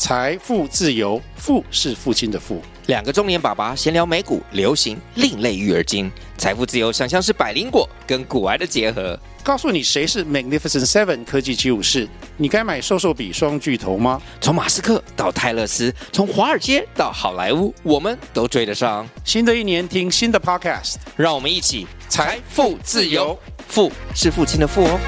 财富自由，富是父亲的富。 两个中年爸爸闲聊美股、流行、另类育儿经。财富自由想象是百灵果跟股癌的结合。 告诉你谁是 Magnificent Seven 科技754，你该买瘦瘦比双巨头吗？ 从马斯克到泰勒斯，从华尔街到好莱坞，我们都追得上。 新的一年听新的 Podcast， 让我们一起财富自由， 富是父亲的富哦。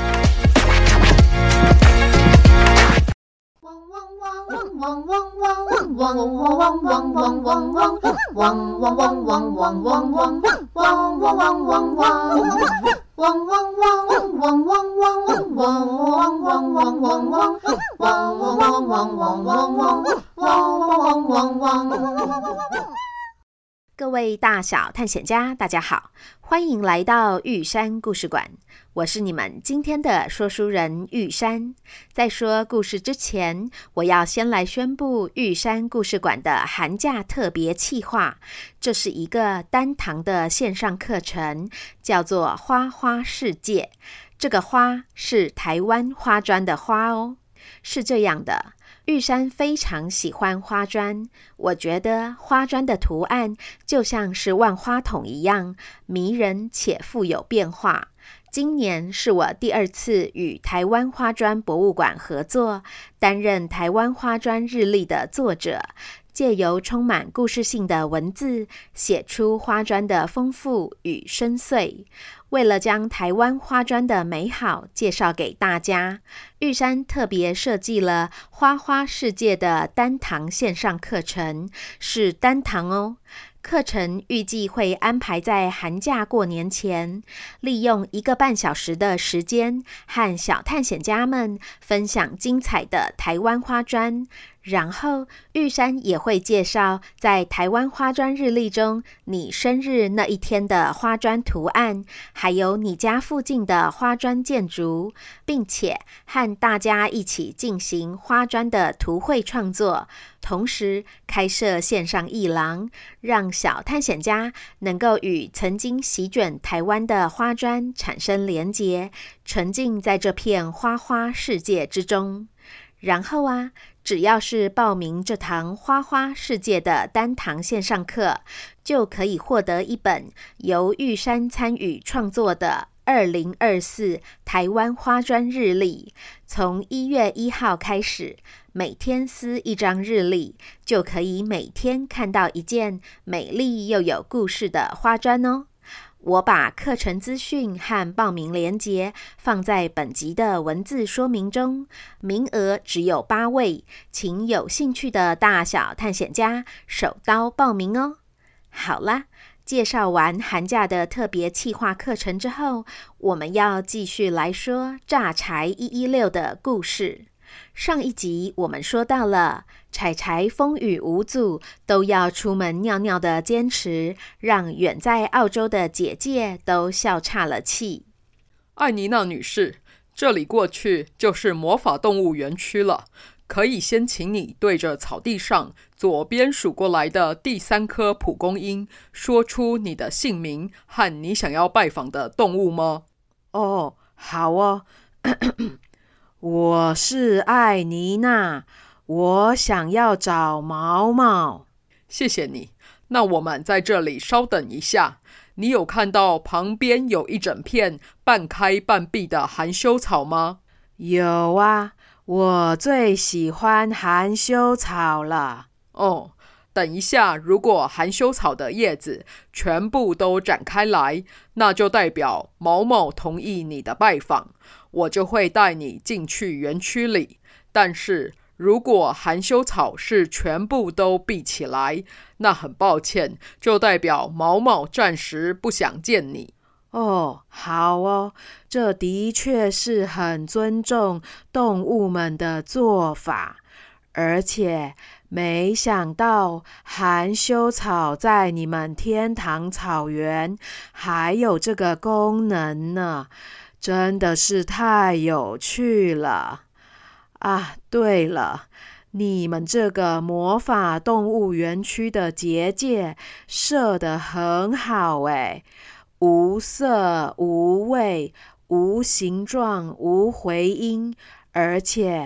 各位大小探险家，大家好，欢迎来到玉山故事馆，我是你们今天的说书人玉山。在说故事之前，我要先来宣布玉山故事馆的寒假特别企划，这是一个单堂的线上课程，叫做花花世界。这个花是台湾花砖的花哦。是这样的，玉山非常喜欢花砖，我觉得花砖的图案就像是万花筒一样，迷人且富有变化。今年是我第2次与台湾花砖博物馆合作，担任台湾花砖日历的作者，借由充满故事性的文字，写出花砖的丰富与深邃。为了将台湾花砖的美好介绍给大家，玉山特别设计了花花世界的单堂线上课程，是单堂哦。课程预计会安排在寒假过年前，利用1个半小时的时间，和小探险家们分享精彩的台湾花砖。然后玉山也会介绍在台湾花砖日历中你生日那一天的花砖图案，还有你家附近的花砖建筑，并且和大家一起进行花砖的图绘创作，同时开设线上艺廊，让小探险家能够与曾经席卷台湾的花砖产生连结，沉浸在这片花花世界之中。然后只要是报名这堂花花世界的单堂线上课，就可以获得一本由玉山参与创作的2024台湾花砖日历。从1月1号开始，每天撕一张日历，就可以每天看到一件美丽又有故事的花砖哦。我把课程资讯和报名链接放在本集的文字说明中，名额只有8位，请有兴趣的大小探险家手刀报名哦。好啦，介绍完寒假的特别企划课程之后，我们要继续来说榨柴116的故事。上一集我们说到了柴柴风雨无阻都要出门尿尿的坚持，让远在澳洲的姐姐都笑岔了气。 艾妮娜女士，这里过去就是魔法动物园区了，可以先请你对着草地上左边数过来的第3颗蒲公英说出你的姓名和你想要拜访的动物吗？ 哦，好哦。我是艾妮娜，我想要找毛毛。 谢谢你，那我们在这里稍等一下。你有看到旁边有一整片半开半闭的含羞草吗？ 有啊，我最喜欢含羞草了。 哦，等一下，如果含羞草的叶子全部都展开来，那就代表毛毛同意你的拜访，我就会带你进去园区里。但是如果含羞草是全部都闭起来，那很抱歉，就代表毛毛暂时不想见你。 哦，好哦，这的确是很尊重动物们的做法，而且没想到含羞草在你们天堂草原还有这个功能呢，真的是太有趣了。啊，对了，你们这个魔法动物园区的结界设得很好诶，无色无味无形状无回音，而且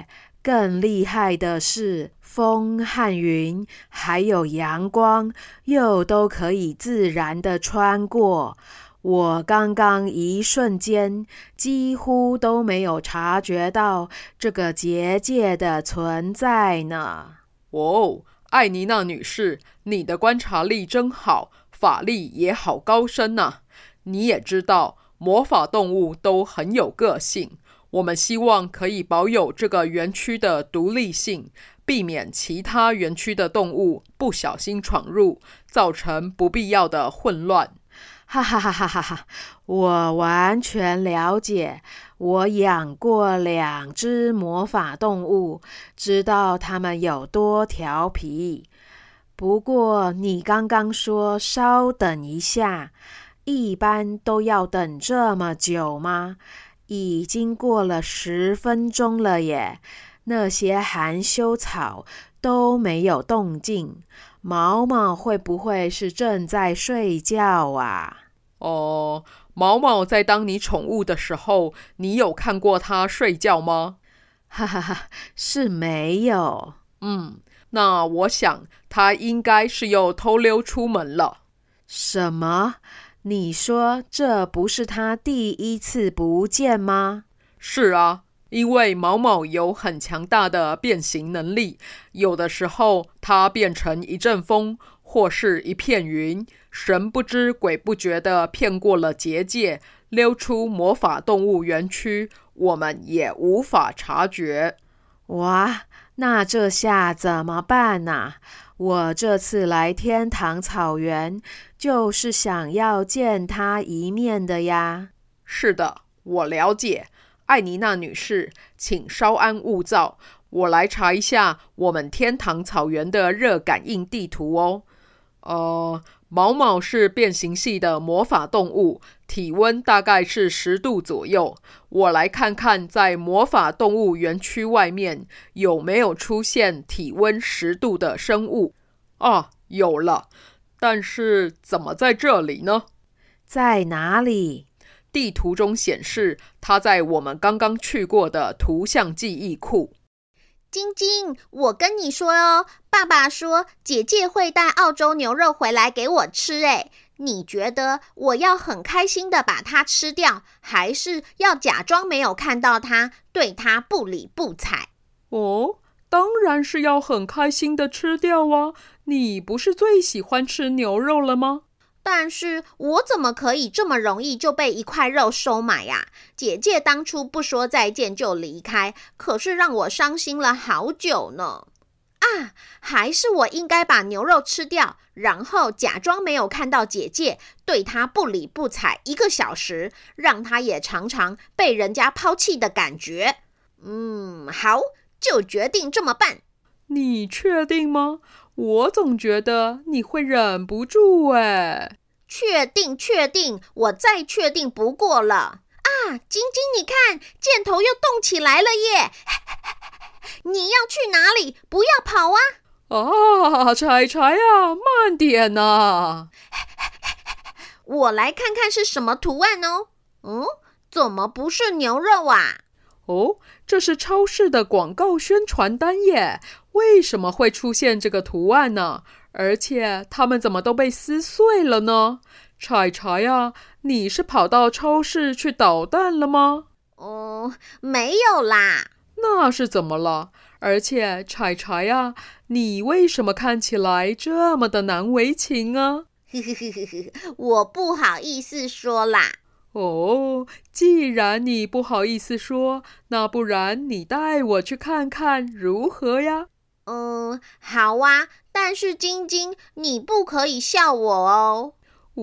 更厉害的是，风和云还有阳光又都可以自然地穿过。我刚刚一瞬间几乎都没有察觉到这个结界的存在呢。 哦，艾妮娜女士，你的观察力真好，法力也好高深啊。你也知道，魔法动物都很有个性，我们希望可以保有这个园区的独立性，避免其他园区的动物不小心闯入，造成不必要的混乱。 哈哈哈哈哈哈！我完全了解，我养过2只魔法动物，知道它们有多调皮。不过你刚刚说稍等一下，一般都要等这么久吗？已经过了10分钟了耶，那些含羞草都没有动静，毛毛会不会是正在睡觉啊？ 毛毛在当你宠物的时候，你有看过它睡觉吗？ 哈哈哈，是没有。 那我想它应该是又偷溜出门了。 什么？你说这不是它第1次不见吗？ 是啊，因为毛毛有很强大的变形能力，有的时候它变成一阵风或是一片云，神不知鬼不觉地骗过了结界，溜出魔法动物园区，我们也无法察觉。 哇，那这下怎么办啊？我这次来天堂草原，就是想要见他一面的呀。 是的，我了解。艾妮娜女士，请稍安勿躁，我来查一下我们天堂草原的热感应地图哦。毛毛是变形系的魔法动物，体温大概是10度左右。我来看看在魔法动物园区外面有没有出现体温10度的生物。有了，但是怎么在这里呢？ 在哪里？ 地图中显示它在我们刚刚去过的图像记忆库。 晶晶，我跟你说哦，爸爸说姐姐会带澳洲牛肉回来给我吃，你觉得我要很开心的把它吃掉，还是要假装没有看到它，对它不理不睬？ 当然是要很开心的吃掉啊，你不是最喜欢吃牛肉了吗？ 但是我怎么可以这么容易就被一块肉收买呀？姐姐当初不说再见就离开，可是让我伤心了好久呢。还是我应该把牛肉吃掉，然后假装没有看到姐姐，对她不理不睬1个小时，让她也尝尝被人家抛弃的感觉。好，就决定这么办。 你确定吗？我总觉得你会忍不住确定，我再确定不过了。晶晶，你看，箭头又动起来了耶！你要去哪里？不要跑啊！ 柴柴啊，慢点啊！ 我来看看是什么图案哦。怎么不是牛肉啊？ 这是超市的广告宣传单耶，为什么会出现这个图案呢？而且它们怎么都被撕碎了呢？柴柴啊，你是跑到超市去捣蛋了吗？ 没有啦。 那是怎么了？而且柴柴啊，你为什么看起来这么的难为情啊？ 我不好意思说啦。 既然你不好意思说，那不然你带我去看看如何呀？ 好啊，但是晶晶，你不可以笑我哦。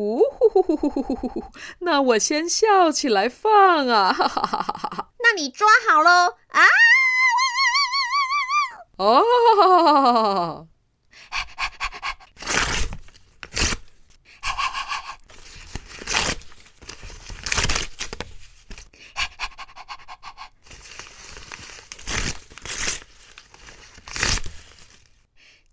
那我先笑起来放啊！ 那你抓好咯啊！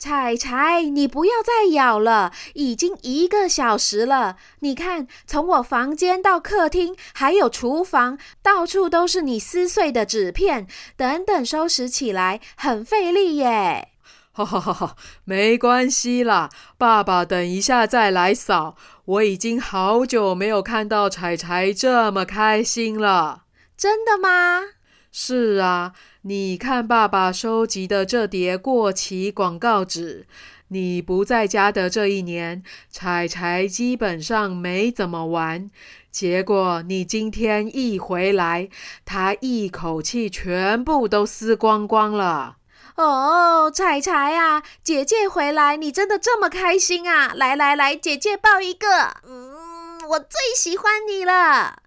彩彩，你不要再咬了，已经1个小时了。你看，从我房间到客厅，还有厨房，到处都是你撕碎的纸片，等等收拾起来很费力耶。 哈哈哈哈，没关系啦，爸爸等一下再来扫。我已经好久没有看到彩彩这么开心了。 真的吗？ 是啊，你看爸爸收集的这叠过期广告纸，你不在家的这一年，彩彩基本上没怎么玩。结果你今天一回来，他一口气全部都撕光光了。 哦，彩彩啊，姐姐回来，你真的这么开心啊？来来来，姐姐抱一个。我最喜欢你了。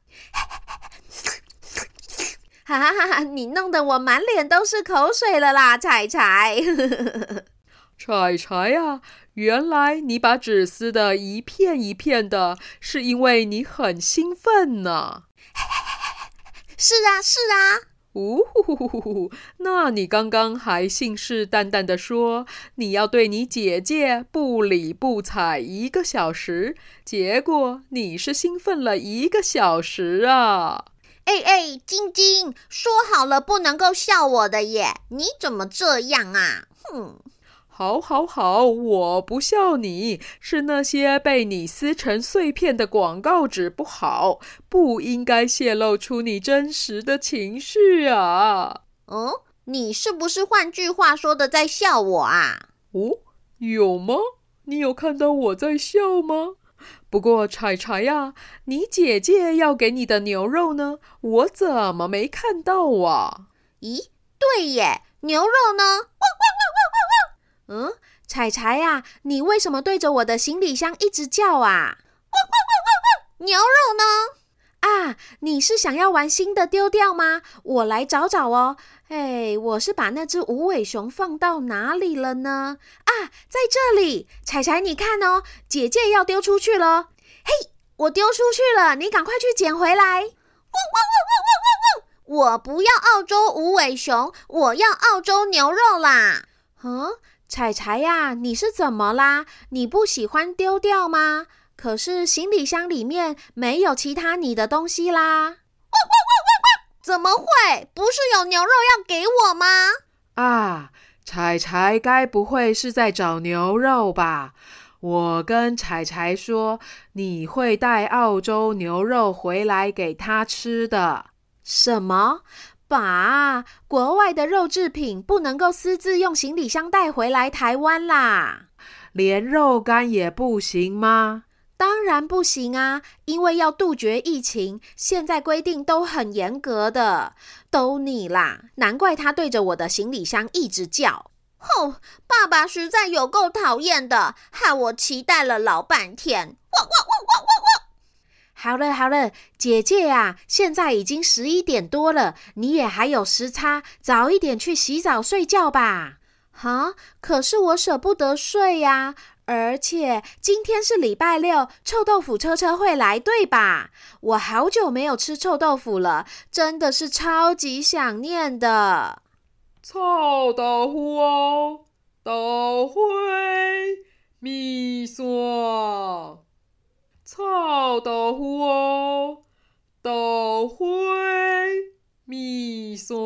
哈哈哈哈！你弄得我满脸都是口水了啦，彩彩。 彩彩啊，原来你把纸撕得一片一片的，是因为你很兴奋呢。 是啊，是啊。 呜呼呼呼呼！那你刚刚还信誓旦旦地说你要对你姐姐不理不睬1个小时，结果你是兴奋了1个小时啊！ 晶晶，说好了不能够笑我的耶，你怎么这样啊？ 好，我不笑你，是那些被你撕成碎片的广告纸不好，不应该泄露出你真实的情绪啊。 你是不是换句话说的在笑我啊？ 有吗？你有看到我在笑吗？不过彩彩呀，你姐姐要给你的牛肉呢？我怎么没看到啊？ 咦，对耶，牛肉呢？彩彩呀，你为什么对着我的行李箱一直叫啊？牛肉呢？啊，你是想要玩新的丢掉吗？我来找找哦。我是把那只无尾熊放到哪里了呢？啊，在这里。彩彩，你看哦，姐姐要丢出去了。嘿，我丢出去了，你赶快去捡回来。我不要澳洲无尾熊，我要澳洲牛肉啦。彩彩呀，你是怎么啦？你不喜欢丢掉吗？可是行李箱里面没有其他你的东西啦。怎么会？不是有牛肉要给我吗？ 啊，彩彩该不会是在找牛肉吧？我跟彩彩说，你会带澳洲牛肉回来给她吃的。 什么？爸，国外的肉制品不能够私自用行李箱带回来台湾啦。 连肉干也不行吗？ 当然不行啊，因为要杜绝疫情，现在规定都很严格的。都你啦，难怪他对着我的行李箱一直叫。爸爸实在有够讨厌的，害我期待了老半天。好了，姐姐啊，现在已经11点多了，你也还有时差，早一点去洗澡睡觉吧。可是我舍不得睡呀，而且今天是礼拜6，臭豆腐车会来，对吧？我好久没有吃臭豆腐了，真的是超级想念的。 臭豆腐哦，豆花米线。臭豆腐哦，豆花米线。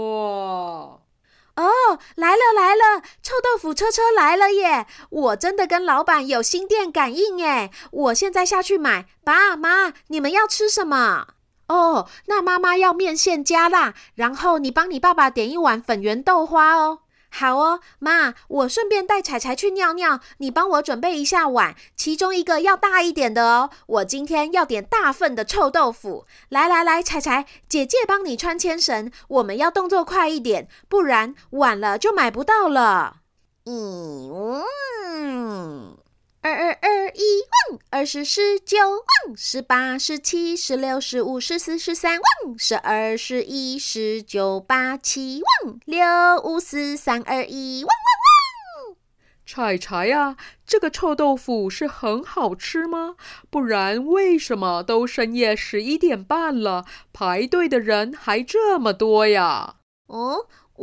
来了，臭豆腐车来了耶！我真的跟老板有心电感应耶！我现在下去买。爸妈，你们要吃什么？那妈妈要面线加辣，然后你帮你爸爸点1碗粉圆豆花哦。好哦，妈，我顺便带彩彩去尿尿，你帮我准备一下碗，其中一个要大一点的哦。我今天要点大份的臭豆腐。来，彩彩，姐姐帮你穿牵绳，我们要动作快一点，不然晚了就买不到了。2221，20、19，18、17、16、15、14、13，12、11、19、87，6、5、4、3、2、1， 彩彩啊，这个臭豆腐是很好吃吗？不然为什么都深夜11点半了，排队的人还这么多呀？